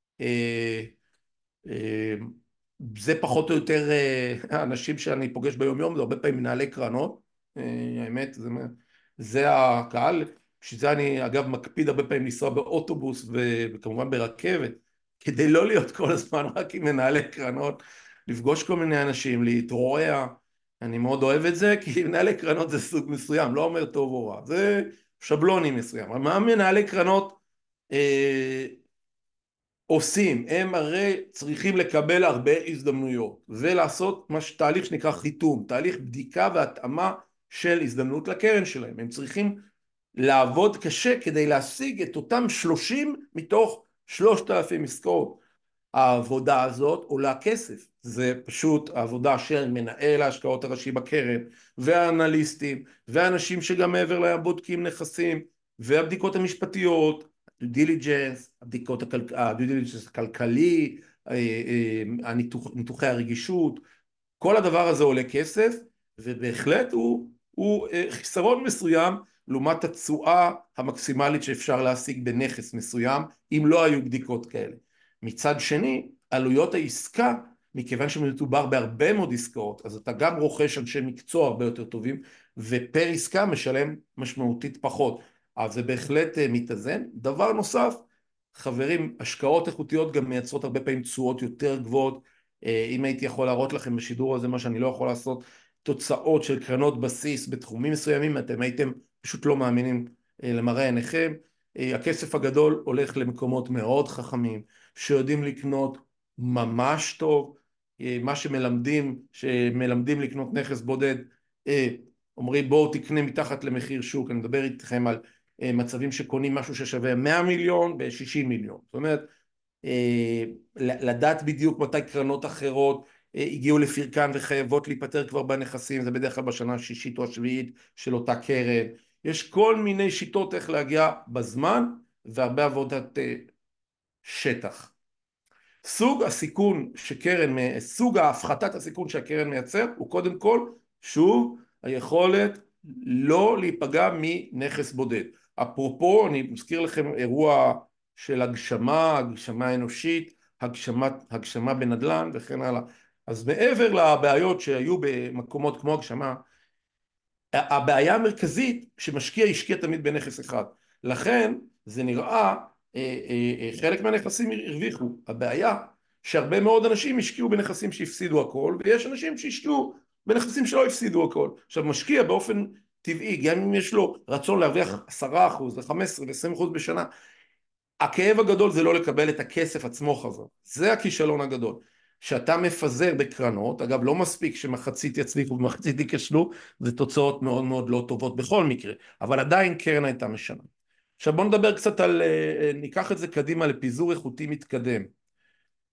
אה, זה פחות או יותר האנשים שאני פוגש ביום יום, זה הרבה פעמים מנהלי קרנות, האמת, זה הקהל, שזה אני אגב מקפיד הרבה פעמים לנסוע באוטובוס וכמובן ברכבת, כדי לא להיות כל הזמן רק עם מנהלי קרנות, לפגוש כל מיני אנשים, להתרועע, אני מאוד אוהב את זה, כי מנהלי קרנות זה סוג מסוים, לא אומר טוב או רע, זה שבלוני מסוים, אבל מה מנהלי קרנות עושים? הם הרי צריכים לקבל הרבה הזדמנויות ולעשות תהליך שנקרא חיתום, תהליך בדיקה והתאמה של הזדמנות לקרן שלהם. הם צריכים לעבוד קשה כדי להשיג את אותם 30 מתוך 3,000 עסקאות. העבודה הזאת עולה כסף, זה פשוט העבודה של מנהל ההשקעות הראשי בקרן והאנליסטים והאנשים שגם מעבר להם בודקים נכסים והבדיקות המשפטיות, דיליג'נס, הדיליג'נס הכלכלי, ניתוחי הרגישות, כל הדבר הזה עולה כסף, ובהחלט הוא חיסרון מסוים לעומת התשואה המקסימלית שאפשר להשיג בנכס מסוים אם לא היו בדיקות כאלה. מצד שני, עלויות העסקה, מכיוון שמדובר בהרבה מאוד עסקאות, אז אתה גם רוכש אנשי מקצוע הרבה יותר טובים, ופר עסקה משלם משמעותית פחות. אז זה בהחלט מתאזן. דבר נוסף, חברים, השקעות איכותיות גם מייצרות הרבה פעמים תשואות יותר גבוהות. אם הייתי יכול להראות לכם בשידור הזה, מה שאני לא יכול לעשות, תוצאות של קרנות בסיס בתחומים מסוימים, אתם הייתם פשוט לא מאמינים למראה עיניכם. הכסף הגדול הולך למקומות מאוד חכמים, שיודעים לקנות ממש טוב. מה שמלמדים לקנות נכס בודד, אומרים בואו תקנה מתחת למחיר שוק. אני מדבר איתכם על מצבים שקונים משהו ששווה 100 מיליון ב-60 מיליון. זאת אומרת, לדעת בדיוק מתי קרנות אחרות הגיעו לפרקן וחייבות להיפטר כבר בנכסים, זה בדרך כלל בשנה השישית או השביעית של אותה קרן. יש כל מיני שיטות איך להגיע בזמן, והרבה עבודת שטח. סוג ההפחתת הסיכון שהקרן מייצר הוא קודם כל, שוב, היכולת לא להיפגע מנכס בודד. אפרופו, אני מזכיר לכם אירוע של הגשמה אנושית, הגשמה בנדל"ן וכן הלאה. אז מעבר לבעיות שהיו במקומות כמו הגשמה, הבעיה המרכזית שמשקיע השקיע תמיד בנכס אחד. לכן זה נראה, חלק מהנכסים הרוויחו. הבעיה שהרבה מאוד אנשים השקיעו בנכסים שהפסידו הכל, ויש אנשים שהשקיעו בנכסים שלא הפסידו הכל. עכשיו משקיע באופן טבעי, גם אם יש לו רצון להרוויח 10%, 15% ו-20% בשנה, הכאב הגדול זה לא לקבל את הכסף עצמו חזרה. זה הכישלון הגדול. שאתה מפזר בקרנות, אגב לא מספיק שמחצית יצליחו ומחצית ייכשלו, זה תוצאות מאוד מאוד לא טובות בכל מקרה, אבל עדיין קרן הייתה משנה. עכשיו בואו נדבר קצת ניקח את זה קדימה לפיזור איכותי מתקדם.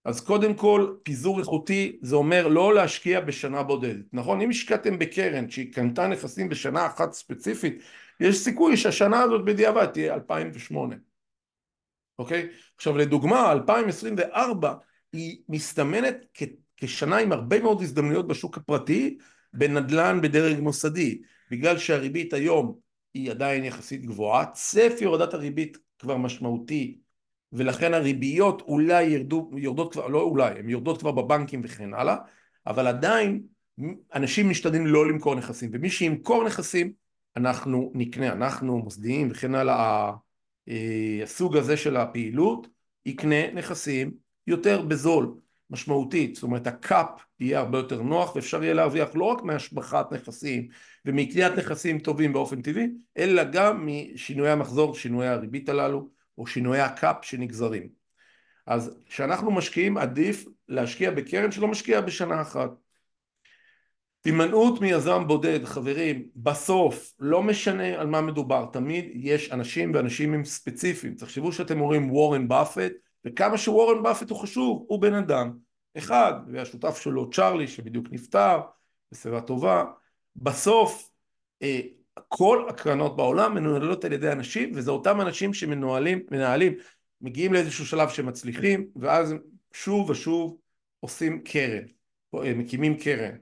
אז קודם כל, פיזור איכותי זה אומר לא להשקיע בשנה בודדת, נכון? אם השקעתם בקרן שהיא קנתה נכסים בשנה אחת ספציפית, יש סיכוי שהשנה הזאת בדיעבד תהיה 2008, אוקיי? עכשיו לדוגמה, 2024 היא מסתמנת כשנה עם הרבה מאוד הזדמנויות בשוק הפרטי, בנדל"ן בדרג מוסדי, בגלל שהריבית היום היא עדיין יחסית גבוהה, צפי הורדת הריבית כבר משמעותי, ולכן הריביות אולי יורדות כבר, לא אולי, הן יורדות כבר בבנקים וכן הלאה, אבל עדיין אנשים משתדלים לא למכור נכסים, ומי שימכור נכסים אנחנו נקנה, אנחנו מוסדיים וכן הלאה, הסוג הזה של הפעילות יקנה נכסים יותר בזול משמעותית, זאת אומרת הקאפ יהיה הרבה יותר נוח ואפשר יהיה להרוויח לא רק מהשבחת נכסים ומקניית נכסים טובים באופן טבעי, אלא גם משינויי המחזור, שינויי הריבית הללו או שינויי הקאפ שנגזרים. אז כשאנחנו משקיעים עדיף להשקיע בקרן שלא משקיעה בשנה אחת. הימנעות מיזם בודד, חברים, בסוף לא משנה על מה מדובר, תמיד יש אנשים ואנשים הם ספציפיים. תחשבו שאתם אומרים וורן באפט, וכמה שוורן באפט הוא חשוב, הוא בן אדם אחד, והשותף שלו צ'רלי שבדיוק נפטר, בסביבה טובה. בסוף כל הקרנות בעולם מנוהלות על ידי אנשים, וזה אותם אנשים שמנהלים, מגיעים לאיזשהו שלב שמצליחים, ואז שוב ושוב עושים קרן, מקימים קרן.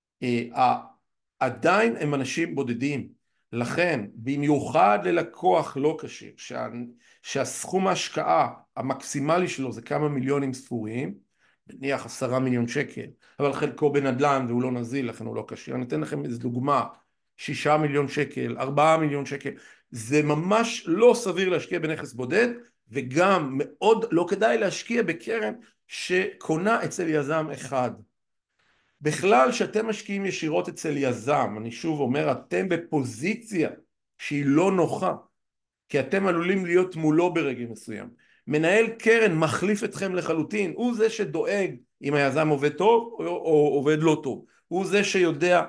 עדיין הם אנשים בודדים, לכן במיוחד ללקוח לא כשיר שהסכום ההשקעה המקסימלי שלו זה כמה מיליונים ספורים, נניח 10 מיליון שקל, אבל חלקו בנדל"ן והוא לא נזיל לכן הוא לא כשיר. אני אתן לכם איזו דוגמה, 6 מיליון שקל, 4 מיליון שקל, זה ממש לא סביר להשקיע בנכס בודד, וגם מאוד לא כדאי להשקיע בקרן שקונה אצל יזם אחד. בכלל שאתם משקיעים ישירות אצל יזם, אני שוב אומר, אתם בפוזיציה שהיא לא נוחה, כי אתם עלולים להיות מולו ברגע מסוים. מנהל קרן מחליף אתכם לחלוטין, הוא זה שדואג אם היזם עובד טוב או עובד לא טוב, הוא זה שיודע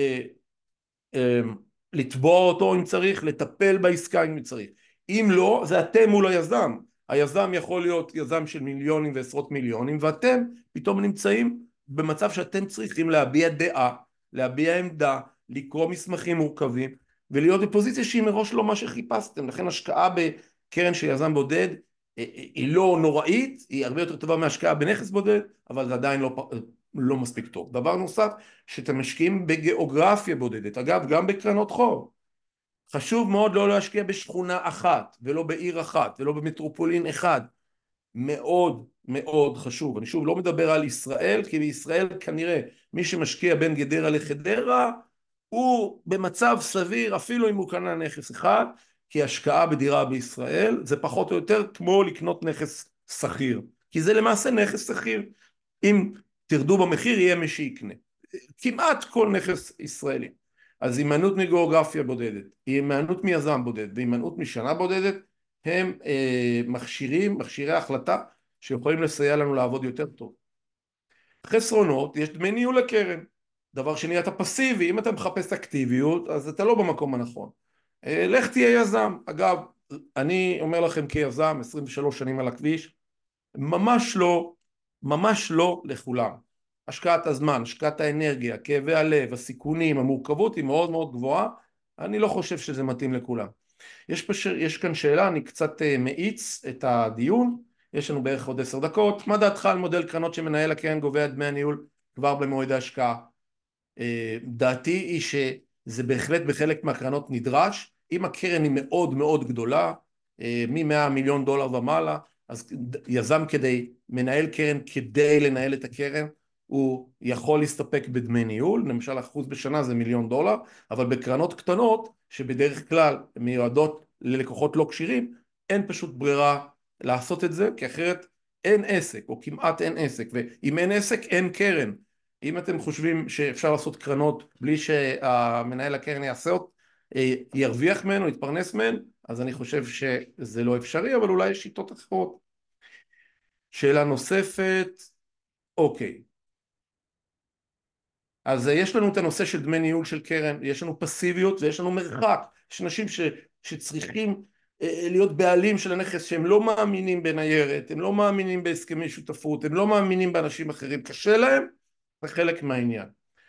אה, לתבוע אותו אם צריך, לטפל בעסקה אם צריך. אם לא, זה אתם מול היזם. היזם יכול להיות יזם של מיליונים ועשרות מיליונים, ואתם פתאום נמצאים במצב שאתם צריכים להביע דעה, להביע עמדה, לקרוא מסמכים מורכבים, ולהיות בפוזיציה שהיא מראש לא מה שחיפשתם. לכן השקעה בקרן של יזם בודד היא לא נוראית, היא הרבה יותר טובה מהשקעה בנכס בודד, אבל זה עדיין לא מספיק טוב. דבר נוסף, שאתם משקיעים בגיאוגרפיה בודדת, אגב גם בקרנות חוב, חשוב מאוד לא להשקיע בשכונה אחת ולא בעיר אחת ולא במטרופולין אחד, מאוד מאוד חשוב. אני שוב לא מדבר על ישראל, כי בישראל כנראה מי שמשקיע בין גדרה לחדרה הוא במצב סביר אפילו אם הוא קנה נכס אחד, כי השקעה בדירה בישראל זה פחות או יותר כמו לקנות נכס שכיר, כי זה למעשה נכס שכיר, אם תרדו במחיר יהיה מי שיקנה, כמעט כל נכס ישראלי. אז הימנעות מגיאוגרפיה בודדת, הימנעות מיזם בודד והימנעות משנה בודדת הם מכשירי החלטה שיכולים לסייע לנו לעבוד יותר טוב. חסרונות, יש דמי ניהול לקרן. דבר שני, אתה פסיבי, אם אתה מחפש אקטיביות אז אתה לא במקום הנכון. לך תהיה יזם. אגב, אני אומר לכם כיזם 23 שנים על הכביש, ממש לא לכולם. השקעת הזמן, השקעת האנרגיה, כאבי הלב, הסיכונים, המורכבות היא מאוד מאוד גבוהה, אני לא חושב שזה מתאים לכולם. יש כאן שאלה, אני קצת מאיץ את הדיון, יש לנו בערך עוד 10 דקות. מה דעתך על מודל קרנות שמנהל הקרן גובה דמי הניהול כבר במועד ההשקעה? דעתי היא שזה בהחלט בחלק מהקרנות נדרש, אם הקרן היא מאוד מאוד גדולה, מ-100 מיליון דולר ומעלה, אז יזם מנהל קרן כדי לנהל את הקרן, הוא יכול להסתפק בדמי ניהול, למשל 1% בשנה זה $1,000,000, אבל בקרנות קטנות שבדרך כלל מיועדות ללקוחות לא כשירים, אין פשוט ברירה לעשות את זה, כי אחרת אין עסק או כמעט אין עסק, ואם אין עסק אין קרן. אם אתם חושבים שאפשר לעשות קרנות בלי שהמנהל הקרן ירוויח מהן או יתפרנס מהן, אז אני חושב שזה לא אפשרי, אבל אולי יש שיטות אחרות. שאלה נוספת, אוקיי. אז יש לנו את הנושא של דמי ניהול של קרן, יש לנו פסיביות ויש לנו מרחק. יש אנשים שצריכים להיות בעלים של הנכס שהם לא מאמינים בניירת, הם לא מאמינים בהסכמי שותפות, הם לא מאמינים באנשים אחרים, קשה להם, זה חלק מהעניין.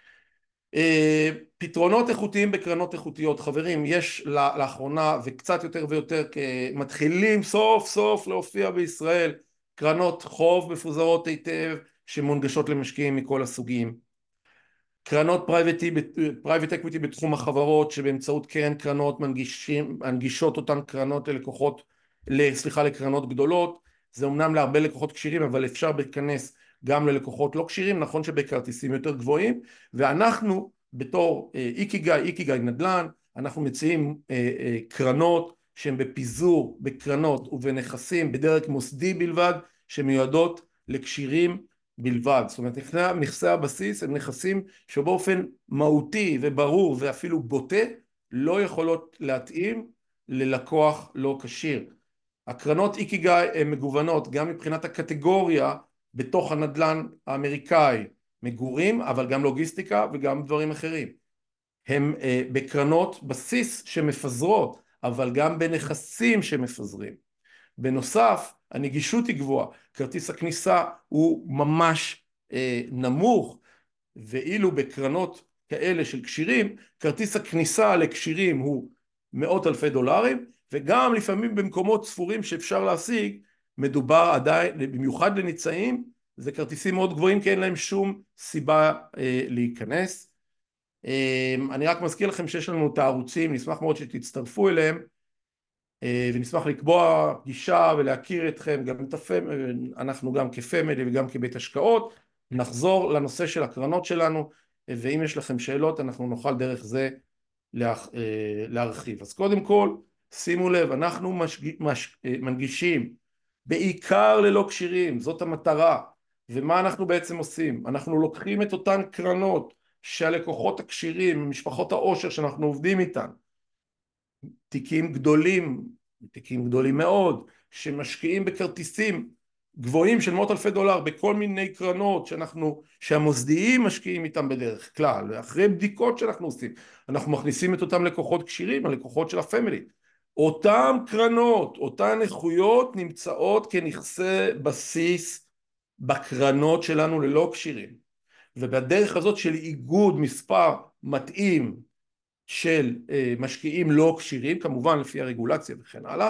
פתרונות איכותיים בקרנות איכותיות, חברים, יש לאחרונה וקצת יותר ויותר מתחילים סוף סוף להופיע בישראל קרנות חוב מפוזרות היטב שמונגשות למשקיעים מכל הסוגים, קרנות פרייבט אקוויטי בתחום החברות שבאמצעות קרן קרנות מנגישות אותן קרנות ללקוחות, סליחה, לקרנות גדולות. זה אומנם להרבה לקוחות כשירים, אבל אפשר להיכנס גם ללקוחות לא כשירים, נכון שבכרטיסים יותר גבוהים, ואנחנו בתור איקיגאי נדל"ן, אנחנו מציעים קרנות שהן בפיזור בקרנות ובנכסים בדרג מוסדי בלבד, שמיועדות לכשירים בלבד. זאת אומרת, נכסי הבסיס הם נכסים שבאופן מהותי וברור ואפילו בוטה לא יכולות להתאים ללקוח לא כשיר. הקרנות איקיגאי הן מגוונות גם מבחינת הקטגוריה בתוך הנדל"ן האמריקאי, מגורים אבל גם לוגיסטיקה וגם דברים אחרים. הם בקרנות בסיס שמפזרות אבל גם בנכסים שמפזרים. בנוסף, הנגישות היא גבוהה, כרטיס הכניסה הוא ממש נמוך, ואילו בקרנות כאלה של כשירים, כרטיס הכניסה לכשירים הוא מאות אלפי דולרים, וגם לפעמים במקומות ספורים שאפשר להשיג, מדובר עדיין, במיוחד לניצאים, זה כרטיסים מאוד גבוהים כי אין להם שום סיבה להיכנס. אני רק מזכיר לכם שיש לנו את הערוצים, נשמח מאוד שתצטרפו אליהם, ונשמח לקבוע פגישה ולהכיר אתכם, גם את אנחנו גם כפמילי וגם כבית השקעות, נחזור לנושא של הקרנות שלנו, ואם יש לכם שאלות אנחנו נוכל דרך זה להרחיב. אז קודם כל שימו לב, אנחנו מנגישים בעיקר ללא כשירים, זאת המטרה. ומה אנחנו בעצם עושים? אנחנו לוקחים את אותן קרנות שהלקוחות הכשירים, משפחות העושר שאנחנו עובדים איתן, תיקים גדולים מאוד, שמשקיעים בכרטיסים גבוהים של מאות אלפי דולר בכל מיני קרנות שהמוסדיים משקיעים איתם בדרך כלל, ואחרי בדיקות שאנחנו עושים, אנחנו מכניסים את אותם לקוחות כשירים, הלקוחות של הפמילי. אותם קרנות, אותן איכויות נמצאות כנכסי בסיס בקרנות שלנו ללא כשירים, ובדרך הזאת של איגוד מספר מתאים של משקיעים לא כשירים, כמובן לפי הרגולציה וכן הלאה.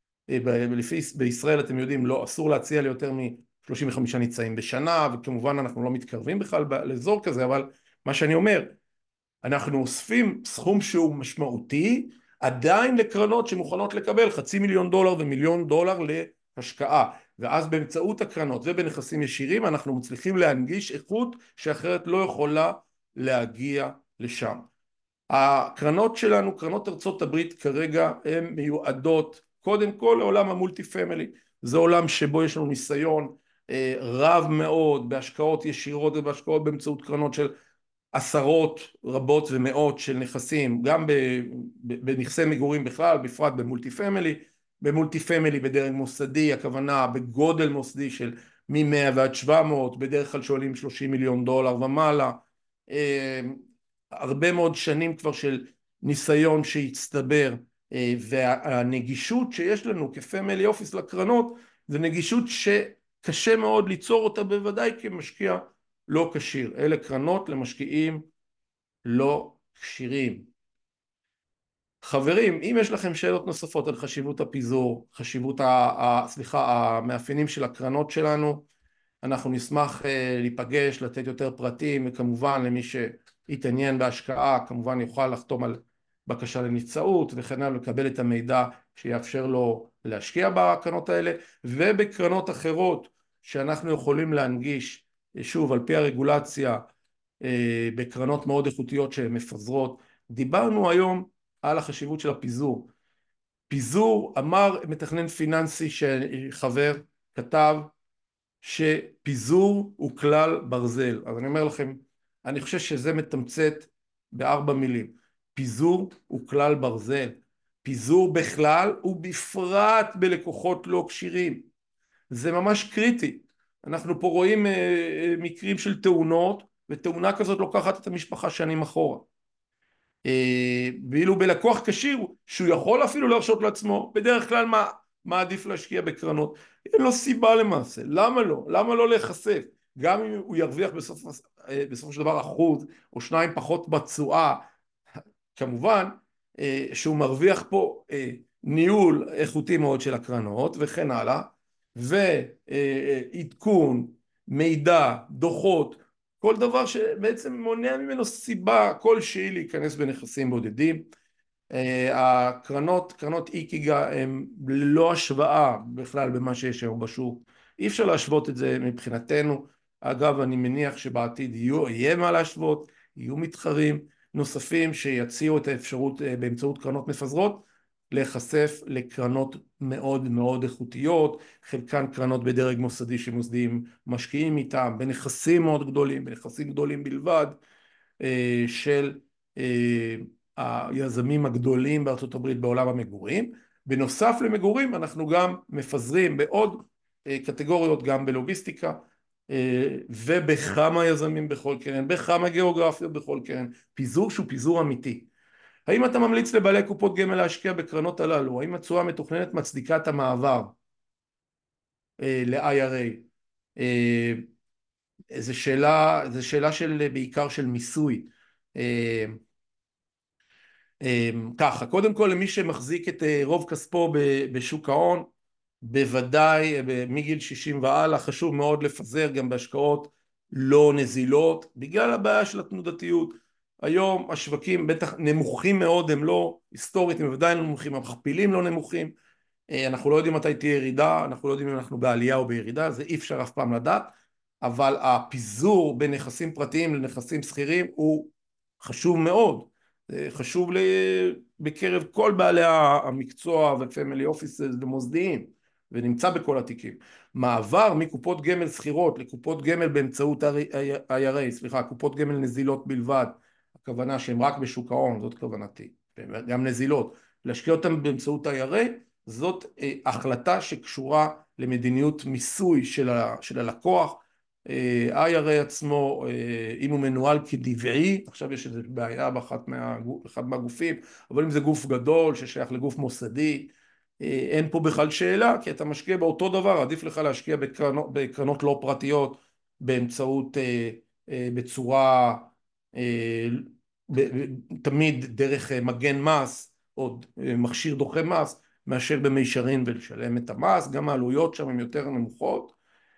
בישראל אתם יודעים, לא, אסור להציע ליותר מ-35 ניצאים בשנה, וכמובן אנחנו לא מתקרבים בכלל לאזור כזה, אבל מה שאני אומר, אנחנו אוספים סכום שהוא משמעותי, עדיין לקרנות שמוכנות לקבל $500,000 ו$1,000,000 להשקעה, ואז באמצעות הקרנות ובנכסים ישירים אנחנו מצליחים להנגיש איכות שאחרת לא יכולה להגיע לשם. הקרנות שלנו, קרנות ארצות הברית כרגע הן מיועדות קודם כל לעולם המולטי פמילי, זה עולם שבו יש לנו ניסיון רב מאוד בהשקעות ישירות ובהשקעות באמצעות קרנות של עשרות רבות ומאות של נכסים, גם בנכסי מגורים בכלל, בפרט במולטי פמילי בדרג מוסדי, הכוונה בגודל מוסדי של מ-100 ועד 700, בדרך כלל שואלים $30,000,000 ומעלה, הרבה מאוד שנים כבר של ניסיון שהצטבר, והנגישות שיש לנו כפמילי אופיס לקרנות זה נגישות שקשה מאוד ליצור אותה, בוודאי כמשקיע לא כשיר. אלה קרנות למשקיעים לא כשירים. חברים, אם יש לכם שאלות נוספות על חשיבות הפיזור, חשיבות המאפיינים של הקרנות שלנו, אנחנו נשמח להיפגש, לתת יותר פרטים, וכמובן למי שהתעניין בהשקעה כמובן יוכל לחתום על בקשה לנבצרות וכן הלאה, לקבל את המידע שיאפשר לו להשקיע בקרנות האלה, ובקרנות אחרות שאנחנו יכולים להנגיש, שוב על פי הרגולציה, בקרנות מאוד איכותיות שהן מפזרות. דיברנו היום על החשיבות של הפיזור. פיזור, אמר מתכנן פיננסי שחבר כתב שפיזור הוא כלל ברזל. אז אני אומר לכם, אני חושב שזה מתמצת ב4 מילים. פיזור הוא כלל ברזל. פיזור בכלל ובפרט בלקוחות לא כשירים. זה ממש קריטי. אנחנו פה רואים מקרים של תאונות, ותאונה כזאת לוקחת את המשפחה שנים אחורה. ואילו בלקוח כשיר שהוא יכול אפילו להרשות לעצמו, בדרך כלל מה עדיף להשקיע בקרנות? אין לו סיבה למעשה, למה לא? למה לא להיחשף? גם אם הוא ירוויח בסופו של דבר אחוז או שניים פחות בתשואה, כמובן שהוא מרוויח פה ניהול איכותי מאוד של הקרנות וכן הלאה, ועדכון, מידע, דוחות, כל דבר שבעצם מונע ממנו סיבה כלשהי להיכנס בנכסים בודדים. קרנות איקיגה הם ללא השוואה בכלל במה שיש היום בשוק, אי אפשר להשוות את זה מבחינתנו. אגב, אני מניח שבעתיד יהיה מה להשוות, יהיו מתחרים נוספים שיציעו את האפשרות באמצעות קרנות מפזרות להיחשף לקרנות מאוד מאוד איכותיות, חלקן קרנות בדרג מוסדי שמוסדיים משקיעים איתם, בנכסים מאוד גדולים, בנכסים גדולים בלבד, של היזמים הגדולים בארצות הברית בעולם המגורים. בנוסף למגורים אנחנו גם מפזרים בעוד קטגוריות, גם בלוגיסטיקה ובכמה יזמים בכל קרן, בכמה גיאוגרפיות בכל קרן, פיזור שהוא פיזור אמיתי. האם אתה ממליץ לבעלי קופות גמל להשקיע בקרנות הללו? האם התשואה המתוכננת מצדיקה את המעבר ל-IRA? זו שאלה של בעיקר של מיסוי. ככה, קודם כל למי שמחזיק את רוב כספו בשוק ההון, בוודאי מגיל 60 והלאה חשוב מאוד לפזר גם בהשקעות לא נזילות בגלל הבעיה של התנודתיות. היום השווקים בטח נמוכים מאוד, הם לא היסטורית, הם בוודאי לא נמוכים, המכפילים לא נמוכים, אנחנו לא יודעים מתי תהיה ירידה, אנחנו לא יודעים אם אנחנו בעלייה או בירידה, זה אי אפשר אף פעם לדעת, אבל הפיזור בין נכסים פרטיים לנכסים סחירים הוא חשוב מאוד, חשוב בקרב כל בעלי המקצוע ופמילי אופיסס ומוסדיים, ונמצא בכל התיקים. מעבר מקופות גמל סחירות לקופות גמל באמצעות IRA, סליחה, קופות גמל נזילות בלבד, הכוונה שהן רק בשוק ההון, זאת כוונתי, גם נזילות, להשקיע אותן באמצעות IRA, זאת החלטה שקשורה למדיניות מיסוי של הלקוח. IRA עצמו, אם הוא מנוהל כדבעי, עכשיו יש איזו בעיה באחד מהגופים, אבל אם זה גוף גדול ששייך לגוף מוסדי, אין פה בכלל שאלה, כי אתה משקיע באותו דבר, עדיף לך להשקיע בקרנות לא פרטיות, באמצעות, בצורה, תמיד דרך מגן מס, או מכשיר דוחה מס, מאשר במישרין ולשלם את המס, גם העלויות שם הן יותר נמוכות.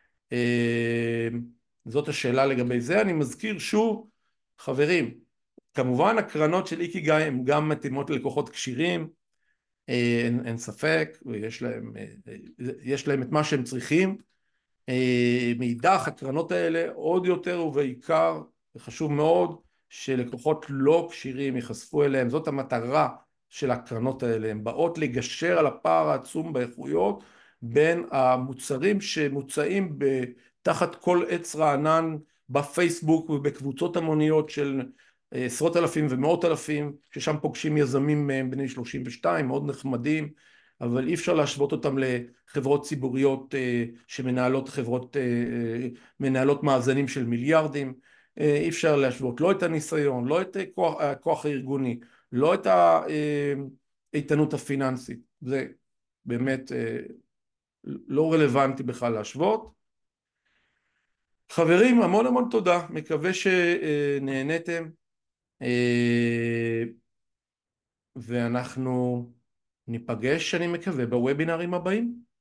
זאת השאלה לגבי זה. אני מזכיר שוב, חברים, כמובן הקרנות של איקיגאי הן גם מתאימות ללקוחות כשירים, אין ספק, ויש להם את מה שהם צריכים. מאידך הקרנות האלה עוד יותר ובעיקר, וחשוב מאוד, שלקוחות לא כשירים ייחשפו אליהם, זאת המטרה של הקרנות האלה, הן באות לגשר על הפער העצום באיכויות בין המוצרים שמוצאים תחת כל עץ רענן בפייסבוק ובקבוצות המוניות של עשרות אלפים ומאות אלפים, ששם פוגשים יזמים בני 32 מאוד נחמדים, אבל אי אפשר להשוות אותם לחברות ציבוריות שמנהלות מנהלות מאזנים של מיליארדים. אי אפשר להשוות לא את הניסיון, לא את הכוח הארגוני, לא את האיתנות הפיננסית, זה באמת לא רלוונטי בכלל להשוות. חברים, המון המון תודה, מקווה שנהנתם, ואנחנו ניפגש, אני מקווה, בוובינרים הבאים.